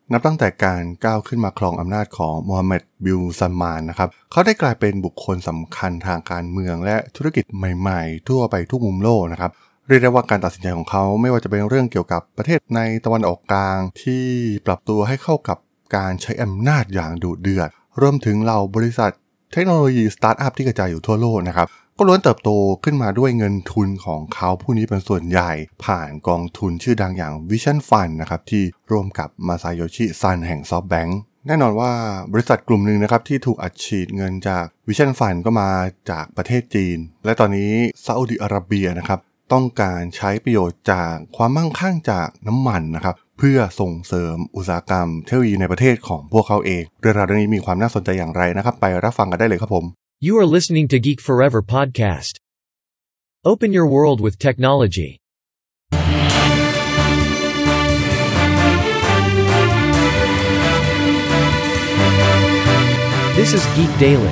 นับตั้งแต่การก้าวขึ้นมาครองอำนาจของโมฮัมเหม็ด บิน ซัลมานนะครับเขาได้กลายเป็นบุคคลสำคัญทางการเมืองและธุรกิจใหม่ๆทั่วไปทุกมุมโลกนะครับเรียกได้ว่าการตัดสินใจของเขาไม่ว่าจะเป็นเรื่องเกี่ยวกับประเทศในตะวันออกกลางที่ปรับตัวให้เข้ากับการใช้อำนาจอย่างดุเดือดรวมถึงเหล่าบริษัทเทคโนโลยีสตาร์ทอัพที่กระจายอยู่ทั่วโลกนะครับก็ล้วนเติบโตขึ้นมาด้วยเงินทุนของเขาผู้นี้เป็นส่วนใหญ่ผ่านกองทุนชื่อดังอย่าง Vision Fund นะครับที่ร่วมกับมาซาโยชิซันแห่ง SoftBank แน่นอนว่าบริษัทกลุ่มหนึ่งนะครับที่ถูกอัดฉีดเงินจาก Vision Fund ก็มาจากประเทศจีนและตอนนี้ซาอุดิอาระเบียนะครับต้องการใช้ประโยชน์จากความมั่งคั่งจากน้ำมันนะครับเพื่อส่งเสริมอุตสาหกรรมเทคโนโลยีในประเทศของพวกเขาเองเรื่องราวเรื่องนี้มีความน่าสนใจอย่างไรนะครับไปรับฟังกันได้เลยครับผม You are listening to Geek Forever podcast. Open your world with technology. This is Geek Daily.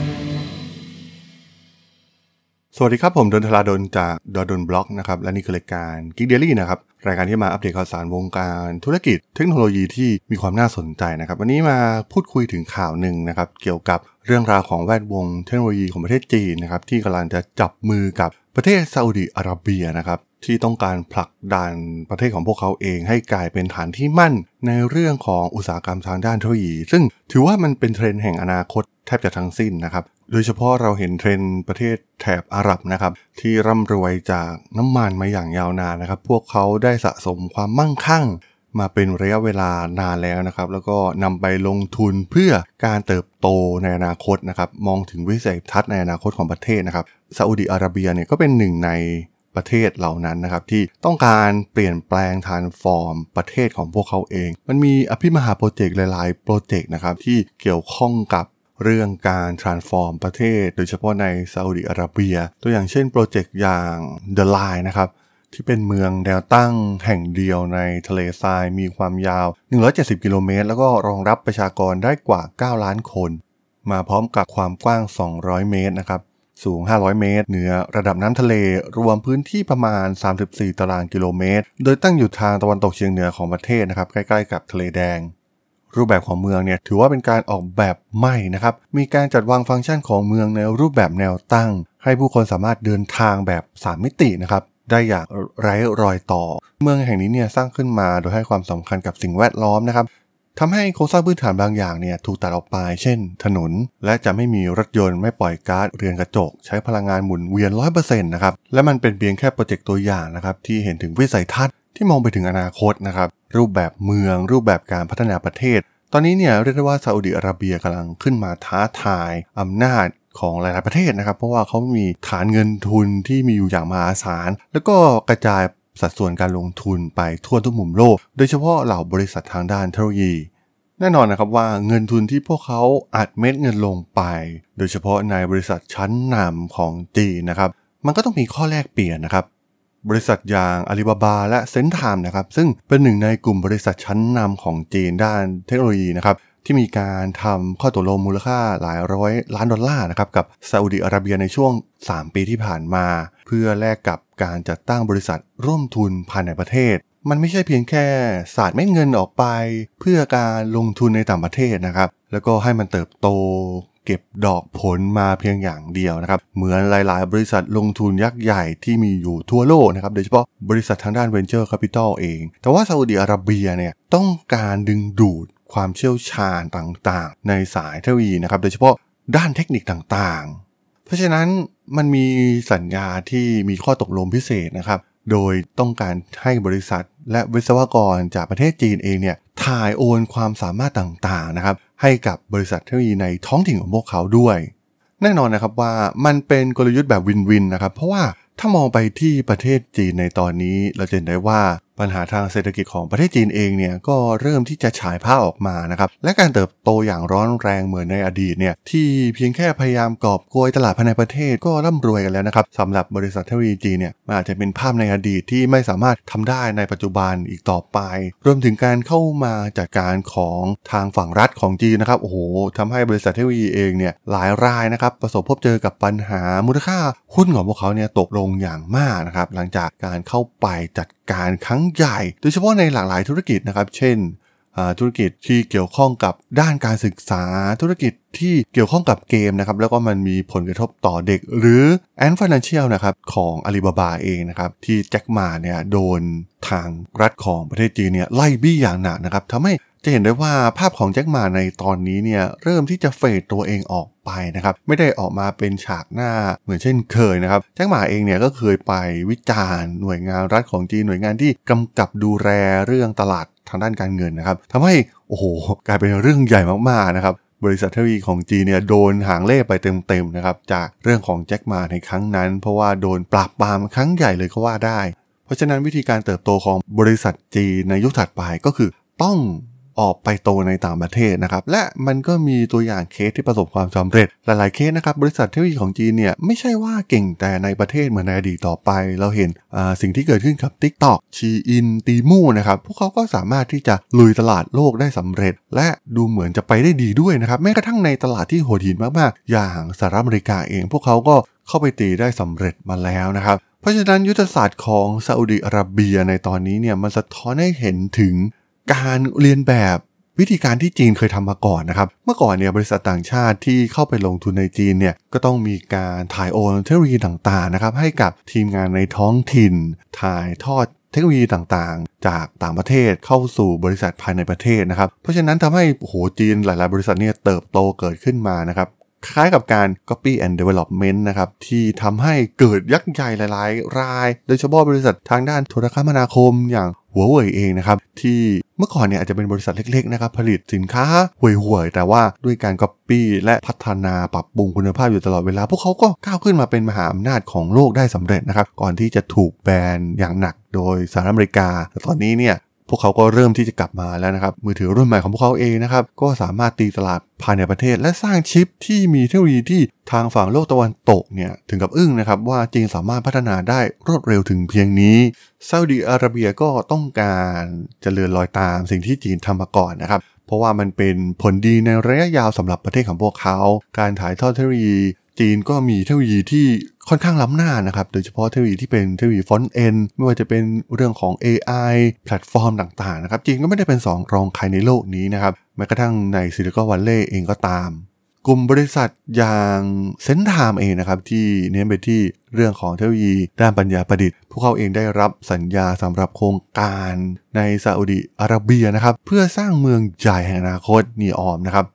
สวัสดีครับผมดนทราดลจากดนบล็อกนะครับและนี่คือรายการ Geek Daily นะครับรายการที่มาอัปเดตข่าวสารวงการธุรกิจเทคโนโลยีที่มีความน่าสนใจนะครับวันนี้มาพูดคุยถึงข่าวหนึ่งนะครับเกี่ยวกับเรื่องราวของแวดวงเทคโนโลยีของประเทศจีนนะครับที่กำลังจะจับมือกับประเทศซาอุดิอาระเบียนะครับที่ต้องการผลักดันประเทศของพวกเขาเองให้กลายเป็นฐานที่มั่นในเรื่องของอุตสาหกรรมทางด้านเทคโนโลยีซึ่งถือว่ามันเป็นเทรนด์แห่งอนาคตแทบจะทั้งสิ้นนะครับโดยเฉพาะเราเห็นเทรนด์ประเทศแถบอาหรับนะครับที่ร่ำรวยจากน้ำมันมาอย่างยาวนานนะครับพวกเขาได้สะสมความมั่งคั่งมาเป็นระยะเวลานานแล้วนะครับแล้วก็นำไปลงทุนเพื่อการเติบโตในอนาคตนะครับมองถึงวิสัยทัศน์ในอนาคตของประเทศนะครับซาอุดิอาระเบียเนี่ยก็เป็นหนึ่งในประเทศเหล่านั้นนะครับที่ต้องการเปลี่ยนแปลงทรานส์ฟอร์มประเทศของพวกเขาเองมันมีอภิมหาโปรเจกต์หลายๆโปรเจกต์นะครับที่เกี่ยวข้องกับเรื่องการ transform ประเทศโดยเฉพาะในซาอุดิอาระเบียตัวอย่างเช่นโปรเจกต์อย่าง The Line นะครับที่เป็นเมืองแนวตั้งแห่งเดียวในทะเลทรายมีความยาว170กิโลเมตรแล้วก็รองรับประชากรได้กว่า9ล้านคนมาพร้อมกับความกว้าง200เมตรนะครับสูง500เมตรเหนือระดับน้ำทะเลรวมพื้นที่ประมาณ34ตารางกิโลเมตรโดยตั้งอยู่ทางตะวันตกเฉียงเหนือของประเทศนะครับใกล้ๆกับทะเลแดงรูปแบบของเมืองเนี่ยถือว่าเป็นการออกแบบใหม่นะครับมีการจัดวางฟังก์ชันของเมืองในรูปแบบแนวตั้งให้ผู้คนสามารถเดินทางแบบ3มิตินะครับได้อย่างไร้รอยต่อเมืองแห่งนี้เนี่ยสร้างขึ้นมาโดยให้ความสำคัญกับสิ่งแวดล้อมนะครับทำให้โครงสร้างพื้นฐานบางอย่างเนี่ยถูกตัดออกไปเช่นถนนและจะไม่มีรถยนต์ไม่ปล่อยก๊าซเรือนกระจกใช้พลังงานหมุนเวียน 100% นะครับและมันเป็นเพียงแค่โปรเจกต์ตัวอย่างนะครับที่เห็นถึงวิสัยทัศน์ที่มองไปถึงอนาคตนะครับรูปแบบเมืองรูปแบบการพัฒนาประเทศตอนนี้เนี่ยเรียกได้ว่าซาอุดิอาระเบียกำลังขึ้นมาท้าทายอำนาจของหลายๆประเทศนะครับเพราะว่าเขามีฐานเงินทุนที่มีอยู่อย่างมหาศาลแล้วก็กระจายสัดส่วนการลงทุนไปทั่วทุกมุมโลกโดยเฉพาะเหล่าบริษัททางด้านเทคโนโลยีแน่นอนนะครับว่าเงินทุนที่พวกเขาอัดเม็ดเงินลงไปโดยเฉพาะในบริษัทชั้นนำของจีนนะครับมันก็ต้องมีข้อแลกเปลี่ยนนะครับบริษัทอย่างอาลีบาบาและเซ็นไทม์นะครับซึ่งเป็นหนึ่งในกลุ่มบริษัทชั้นนำของจีนด้านเทคโนโลยีนะครับที่มีการทำข้อตกลงมูลค่าหลายร้อยล้านดอลลาร์นะครับกับซาอุดิอาระเบียในช่วง3ปีที่ผ่านมาเพื่อแลกกับการจัดตั้งบริษัทร่วมทุนภายในประเทศมันไม่ใช่เพียงแค่สาดเม็ดเงินออกไปเพื่อการลงทุนในต่างประเทศนะครับแล้วก็ให้มันเติบโตเก็บดอกผลมาเพียงอย่างเดียวนะครับเหมือนหลายๆบริษัทลงทุนยักษ์ใหญ่ที่มีอยู่ทั่วโลกนะครับโดยเฉพาะบริษัททางด้าน Venture Capital เองแต่ว่าซาอุดิอาระเบียเนี่ยต้องการดึงดูดความเชี่ยวชาญต่างๆในสายเทคโนโลยีนะครับโดยเฉพาะด้านเทคนิคต่างๆเพราะฉะนั้นมันมีสัญญาที่มีข้อตกลงพิเศษนะครับโดยต้องการให้บริษัทและวิศวกรจากประเทศจีนเองเนี่ยถ่ายโอนความสามารถต่างๆนะครับให้กับบริษัทเทคโนโลยีในท้องถิ่นของพวกเขาด้วยแน่นอนนะครับว่ามันเป็นกลยุทธ์แบบวินวินนะครับเพราะว่าถ้ามองไปที่ประเทศจีนในตอนนี้เราจะเห็นได้ว่าปัญหาทางเศรษฐกิจของประเทศจีนเองเนี่ยก็เริ่มที่จะฉายภาพออกมานะครับและการเติบโตอย่างร้อนแรงเหมือนในอดีตเนี่ยที่เพียงแค่พยายามกอบโกยตลาดภายในประเทศก็ร่ำรวยกันแล้วนะครับสำหรับบริษัทเทคโนโลยีจีนเนี่ยมันอาจจะเป็นภาพในอดีตที่ไม่สามารถทำได้ในปัจจุบันอีกต่อไปรวมถึงการเข้ามาจัดการของทางฝั่งรัฐของจีนนะครับโอ้โหทำให้บริษัทเทคโนโลยีเองเนี่ยหลายรายนะครับประสบพบเจอกับปัญหามูลค่าหุ้นของพวกเขาเนี่ยตกลงอย่างมากนะครับหลังจากการเข้าไปจัดการครั้งใหญ่โดยเฉพาะในหลากหลายธุรกิจนะครับเช่นธุรกิจที่เกี่ยวข้องกับด้านการศึกษาธุรกิจที่เกี่ยวข้องกับเกมนะครับแล้วก็มันมีผลกระทบต่อเด็กหรือ Ant Financial นะครับของ Alibaba เองนะครับที่แจ็คหม่าเนี่ยโดนทางรัฐของประเทศจีนเนี่ยไล่บี้อย่างหนักนะครับทำให้จะเห็นได้ว่าภาพของแจ็คหม่าในตอนนี้เนี่ยเริ่มที่จะเฟดตัวเองออกไปนะครับไม่ได้ออกมาเป็นฉากหน้าเหมือนเช่นเคยนะครับแจ็คหม่าเองเนี่ยก็เคยไปวิจารณ์หน่วยงานรัฐของจีนหน่วยงานที่กำกับดูแลเรื่องตลาดทางด้านการเงินนะครับทำให้โอ้โหกลายเป็นเรื่องใหญ่มากๆนะครับบริษัทเทคโนโลยีของจีนเนี่ยโดนหางเล่ไปเต็มๆนะครับจากเรื่องของแจ็คหม่าในครั้งนั้นเพราะว่าโดนปราบปรามครั้งใหญ่เลยก็ว่าได้เพราะฉะนั้นวิธีการเติบโตของบริษัทจีนในยุคถัดไปก็คือต้องออกไปโตในต่างประเทศนะครับและมันก็มีตัวอย่างเคสที่ประสบความสำเร็จหลายๆเคสนะครับบริษัทเทคโนโลยีของจีนเนี่ยไม่ใช่ว่าเก่งแต่ในประเทศเหมือนในอดีตต่อไปเราเห็นสิ่งที่เกิดขึ้นกับ TikTok ชีอินตีมูนะครับพวกเขาก็สามารถที่จะลุยตลาดโลกได้สำเร็จและดูเหมือนจะไปได้ดีด้วยนะครับแม้กระทั่งในตลาดที่โหดหินมากๆอย่างสหรัฐอเมริกาเองพวกเขาก็เข้าไปตีได้สำเร็จมาแล้วนะครับเพราะฉะนั้นยุทธศาสตร์ของซาอุดิอาระเบียในตอนนี้เนี่ยมันสะท้อนให้เห็นถึงการเรียนแบบวิธีการที่จีนเคยทำมาก่อนนะครับเมื่อก่อนเนี่ยบริษัทต่างชาติที่เข้าไปลงทุนในจีนเนี่ยก็ต้องมีการถ่ายโอนเทคโนโลยีต่างๆนะครับให้กับทีมงานในท้องถิ่นถ่ายทอดเทคโนโลยีต่างๆจากต่างประเทศเข้าสู่บริษัทภายในประเทศนะครับเพราะฉะนั้นทำให้โอ้โหจีนหลายๆบริษัทเนี่ยเติบโตเกิดขึ้นมานะครับคล้ายกับการ copy and development นะครับที่ทำให้เกิดยักษ์ใหญ่หลายๆรายโดยเฉพาะบริษัททางด้านโทรคมนาคมอย่างหัวเว่ยเองนะครับที่เมื่อก่อนเนี่ยอาจจะเป็นบริษัทเล็กๆนะครับผลิตสินค้าห่วยๆแต่ว่าด้วยการ copy และพัฒนาปรับปรุงคุณภาพอยู่ตลอดเวลาพวกเขาก็ก้าวขึ้นมาเป็นมหาอำนาจของโลกได้สำเร็จนะครับก่อนที่จะถูกแบนอย่างหนักโดยสหรัฐอเมริกาแต่ตอนนี้เนี่ยพวกเขาก็เริ่มที่จะกลับมาแล้วนะครับมือถือรุ่นใหม่ของพวกเขาเองนะครับก็สามารถตีตลาดภายในประเทศและสร้างชิปที่มีเทคโนโลยีที่ทางฝั่งโลกตะวันตกเนี่ยถึงกับอึ้งนะครับว่าจีนสามารถพัฒนาได้รวดเร็วถึงเพียงนี้ซาอุดิอาระเบียก็ต้องการเจริญรอยตามสิ่งที่จีนทำมาก่อนนะครับเพราะว่ามันเป็นผลดีในระยะยาวสำหรับประเทศของพวกเขาการถ่ายทอดเทคโนโลยีจีนก็มีเทคโนโลยีที่ค่อนข้างล้ำหน้านะครับโดยเฉพาะเทคโนโลยีที่เป็นเทคโนโลยีฟอนต์เอนด์ไม่ว่าจะเป็นเรื่องของ AI แพลตฟอร์มต่างๆนะครับจีนก็ไม่ได้เป็นสองรองใครในโลกนี้นะครับแม้กระทั่งในซิลิคอนวัลเลย์เองก็ตามกลุ่มบริษัทอย่างเซนไทม์เองนะครับที่เน้นไปที่เรื่องของเทคโนโลยีด้านปัญญาประดิษฐ์พวกเขาเองได้รับสัญญาสำหรับโครงการในซาอุดิอาระเบียนะครับเพื่อสร้างเมืองใหญ่แห่งอนาคตนีออมนะครับ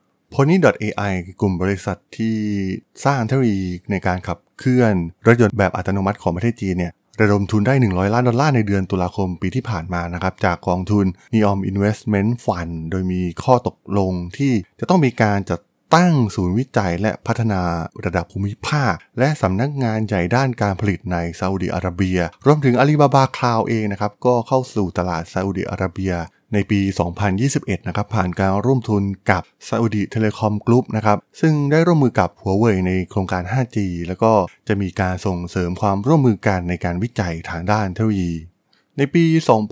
Pony.ai กลุ่มบริษัทที่สร้างเทคโนโลยีในการขับเคลื่อนรถยนต์แบบอัตโนมัติของประเทศจีนเนี่ยระดมทุนได้$100 ล้านในเดือนตุลาคมปีที่ผ่านมานะครับจากกองทุน Neom Investment Fund โดยมีข้อตกลงที่จะต้องมีการจัดตั้งศูนย์วิจัยและพัฒนาระดับภูมิภาคและสำนักงานใหญ่ด้านการผลิตในซาอุดิอาระเบียรวมถึง Alibaba Cloud เองนะครับก็เข้าสู่ตลาดซาอุดิอาระเบียในปี 2021 นะครับผ่านการร่วมทุนกับ Saudi Telecom Group นะครับซึ่งได้ร่วมมือกับหัวเว่ยในโครงการ 5G แล้วก็จะมีการส่งเสริมความร่วมมือกันในการวิจัยทางด้านเทคโนโลยีในปี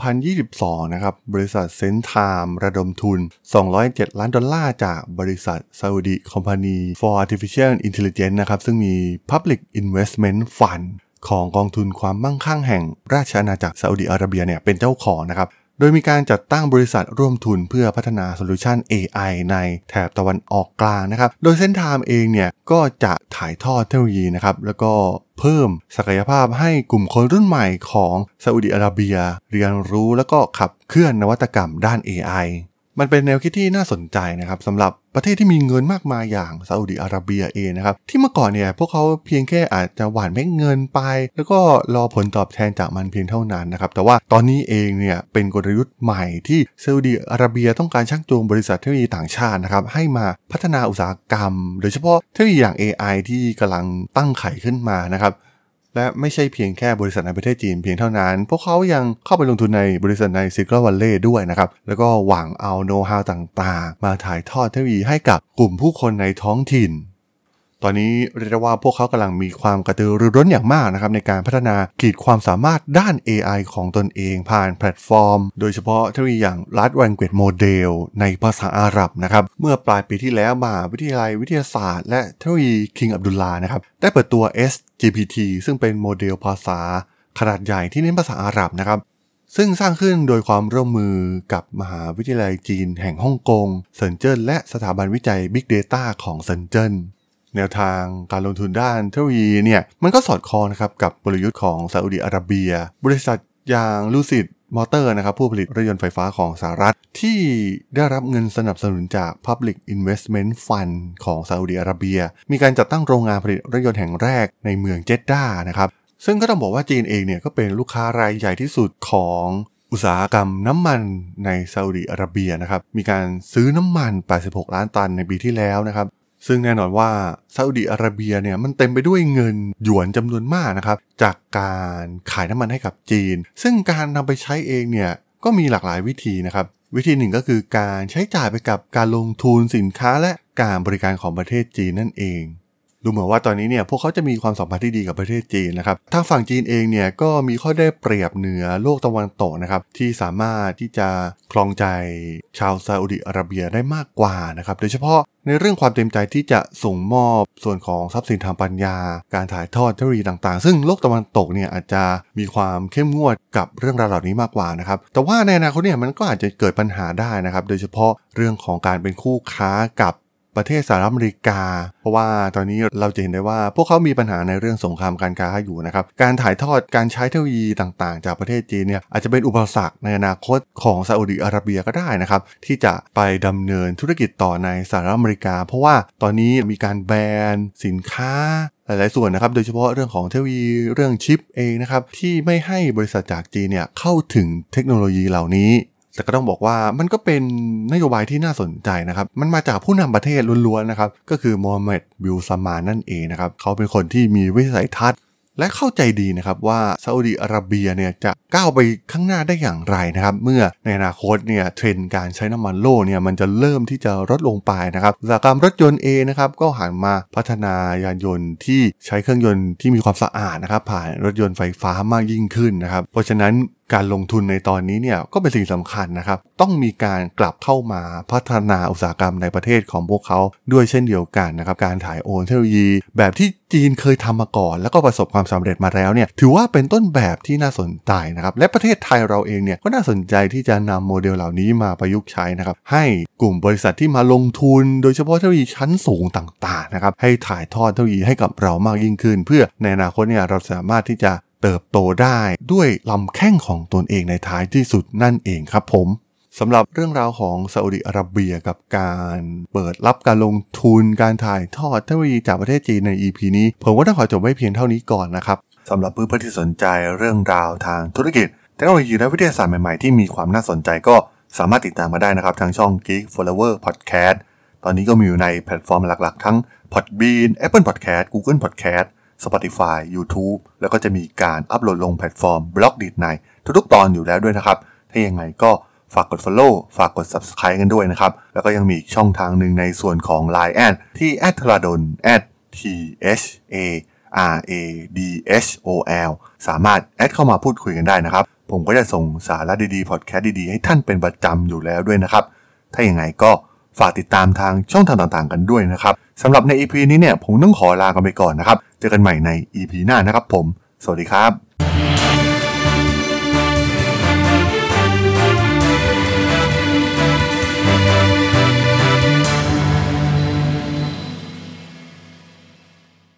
2022 นะครับบริษัทเซนไทม์ระดมทุน$207 ล้านจากบริษัท Saudi Company for Artificial Intelligence นะครับซึ่งมี Public Investment Fund ของกองทุนความมั่งคั่งแห่งราชอาณาจักรซาอุดิอาระเบียเนี่ยเป็นเจ้าของนะครับโดยมีการจัดตั้งบริษัทร่วมทุนเพื่อพัฒนาโซลูชัน AI ในแถบตะวันออกกลางนะครับโดยเส้นทางเองเนี่ยก็จะถ่ายทอดเทคโนโลยีนะครับแล้วก็เพิ่มศักยภาพให้กลุ่มคนรุ่นใหม่ของซาอุดิอาระเบียเรียนรู้แล้วก็ขับเคลื่อนนวัตกรรมด้าน AI มันเป็นแนวคิดที่น่าสนใจนะครับสำหรับประเทศที่มีเงินมากมายอย่างซาอุดิอาระเบียเองนะครับที่เมื่อก่อนเนี่ยพวกเขาเพียงแค่อาจจะหว่านเม็ดเงินไปแล้วก็รอผลตอบแทนจากมันเพียงเท่านั้นนะครับแต่ว่าตอนนี้เองเนี่ยเป็นกลยุทธ์ใหม่ที่ซาอุดิอาระเบียต้องการชักจูงบริษัทเทคโนโลยีต่างชาตินะครับให้มาพัฒนาอุตสาหกรรมโดยเฉพาะเทคโนโลยีอย่าง AI ที่กำลังตั้งไข่ขึ้นมานะครับและไม่ใช่เพียงแค่บริษัทในประเทศจีนเพียงเท่านั้นพวกเขายังเข้าไปลงทุนในบริษัทในซิลิคอนวัลเลย์ด้วยนะครับแล้วก็หวังเอาโน้ตฮาวต่างๆมาถ่ายทอดเทคโนโลยีให้กับกลุ่มผู้คนในท้องถิ่นตอนนี้เรียกได้ว่าพวกเขากำลังมีความกระตือรือร้นอย่างมากนะครับในการพัฒนาขีดความสามารถด้าน AI ของตนเองผ่านแพลตฟอร์มโดยเฉพาะเทคโนโลยีอย่าง Large Language Model ในภาษาอาหรับนะครับเมื่อปลายปีที่แล้วมหาวิทยาลัยวิทยาศาสตร์และเทคโนโลยี King Abdullah นะครับได้เปิดตัว SGPT ซึ่งเป็นโมเดลภาษาขนาดใหญ่ที่เน้นภาษาอาหรับนะครับซึ่งสร้างขึ้นโดยความร่วมมือกับมหาวิทยาลัยจีนแห่งฮ่องกงเซินเจิ้นและสถาบันวิจัย Big Data ของเซินเจิ้นแนวทางการลงทุนด้านเทคโนโลยีเนี่ยมันก็สอดคล้องนะครับกับกลยุทธ์ของซาอุดิอาระเบียบริษัทอย่างลูซิดมอเตอร์นะครับผู้ผลิตรถยนต์ไฟฟ้าของสหรัฐที่ได้รับเงินสนับสนุนจาก Public Investment Fund ของซาอุดิอาระเบียมีการจัดตั้งโรงงานผลิตรถยนต์แห่งแรกในเมืองเจดดาห์นะครับซึ่งก็ต้องบอกว่าจีนเองเนี่ยก็เป็นลูกค้ารายใหญ่ที่สุดของอุตสาหกรรมน้ำมันในซาอุดิอาระเบียนะครับมีการซื้อน้ำมัน86ล้านตันในปีที่แล้วนะครับซึ่งแน่นอนว่าซาอุดิอาระเบียเนี่ยมันเต็มไปด้วยเงินหยวนจำนวนมากนะครับจากการขายน้ำมันให้กับจีนซึ่งการนำไปใช้เองเนี่ยก็มีหลากหลายวิธีนะครับวิธีหนึ่งก็คือการใช้จ่ายไปกับการลงทุนสินค้าและการบริการของประเทศจีนนั่นเองดูเหมือนว่าตอนนี้เนี่ยพวกเขาจะมีความสัมพันธ์ที่ดีกับประเทศจีนนะครับทางฝั่งจีนเองเนี่ยก็มีข้อได้เปรียบเหนือโลกตะวันตกนะครับที่สามารถที่จะครองใจชาวซาอุดิอาระเบียได้มากกว่านะครับโดยเฉพาะในเรื่องความเต็มใจที่จะส่งมอบส่วนของทรัพย์สินทางปัญญาการถ่ายทอดเทคโนโลยีต่างๆซึ่งโลกตะวันตกเนี่ยอาจจะมีความเข้มงวดกับเรื่องราวเหล่านี้มากกว่านะครับแต่ว่าในอนาคตเนี่ยมันก็อาจจะเกิดปัญหาได้นะครับโดยเฉพาะเรื่องของการเป็นคู่ค้ากับประเทศสหรัฐอเมริกาเพราะว่าตอนนี้เราจะเห็นได้ว่าพวกเขามีปัญหาในเรื่องสงครามการค้าอยู่นะครับการถ่ายทอดการใช้เทคโนโลยีต่างๆจากประเทศจีนเนี่ยอาจจะเป็นอุปสรรคในอนาคตของซาอุดิอาระเบียก็ได้นะครับที่จะไปดำเนินธุรกิจต่อในสหรัฐอเมริกาเพราะว่าตอนนี้มีการแบนสินค้าหลายๆส่วนนะครับโดยเฉพาะเรื่องของเทคโนโลยีเรื่องชิปเองนะครับที่ไม่ให้บริษัทจากจีนเนี่ยเข้าถึงเทคโนโลยีเหล่านี้แต่ก็ต้องบอกว่ามันก็เป็นนโยบายที่น่าสนใจนะครับมันมาจากผู้นำประเทศล้วนๆนะครับก็คือโมฮัมเหม็ด บิน ซัลมานนั่นเองนะครับเขาเป็นคนที่มีวิสัยทัศน์และเข้าใจดีนะครับว่าซาอุดิอาระเบียเนี่ยจะก้าวไปข้างหน้าได้อย่างไรนะครับเมื่อในอนาคตเนี่ยเทรนด์การใช้น้ำมันโลกเนี่ยมันจะเริ่มที่จะลดลงไปนะครับอุตสาหกรรมรถยนต์เองนะครับก็หันมาพัฒนายานยนต์ที่ใช้เครื่องยนต์ที่มีความสะอาดนะครับผ่านรถยนต์ไฟฟ้ามากยิ่งขึ้นนะครับเพราะฉะนั้นการลงทุนในตอนนี้เนี่ยก็เป็นสิ่งสำคัญนะครับต้องมีการกลับเข้ามาพัฒนาอุตสาหกรรมในประเทศของพวกเขาด้วยเช่นเดียวกันนะครับการถ่ายโอนเทคโนโลยีแบบที่จีนเคยทำมาก่อนแล้วก็ประสบความสำเร็จมาแล้วเนี่ยถือว่าเป็นต้นแบบที่น่าสนใจนะครับและประเทศไทยเราเองเนี่ยก็น่าสนใจที่จะนำโมเดลเหล่านี้มาประยุกต์ใช้นะครับให้กลุ่มบริษัทที่มาลงทุนโดยเฉพาะเทคโนโลยีชั้นสูงต่างๆนะครับให้ถ่ายทอดเทคโนโลยีให้กับเรามากยิ่งขึ้นเพื่อในอนาคตเนี่ยเราสามารถที่จะเติบโตได้ด้วยลำแข้งของตนเองในท้ายที่สุดนั่นเองครับผมสำหรับเรื่องราวของซาอุดิอาระเบียกับการเปิดรับการลงทุนการถ่ายทอดเทคโนโลยีจากประเทศจีนใน EP นี้ผมก็ต้องขอจบไว้เพียงเท่านี้ก่อนนะครับสำหรับเพื่อนๆที่สนใจเรื่องราวทางธุรกิจเทคโนโลยีและวิทยาศาสตร์ใหม่ๆที่มีความน่าสนใจก็สามารถติดตามมาได้นะครับทางช่อง Geek Flower Podcast ตอนนี้ก็มีอยู่ในแพลตฟอร์มหลักๆทั้ง Podbean Apple Podcast Google Podcast Spotify YouTube แล้วก็จะมีการอัปโหลดลงแพลตฟอร์ม Blogdit ในทุกๆตอนอยู่แล้วด้วยนะครับถ้ายังไงก็ฝากกด follow ฝากกด subscribe กันด้วยนะครับแล้วก็ยังมีอีกช่องทางหนึ่งในส่วนของ Line แอดที่@thradol @THARADSOL สามารถแอดเข้ามาพูดคุยกันได้นะครับผมก็จะส่งสาระดีๆพอดแคสต์ดีๆให้ท่านเป็นประจำอยู่แล้วด้วยนะครับถ้ายังไงก็ฝากติดตามทางช่องทางต่างๆกันด้วยนะครับสำหรับใน EP นี้เนี่ยผมต้องขอลากันไปก่อนนะครับเจอกันใหม่ใน EP หน้านะครับผมสวัสดีครับ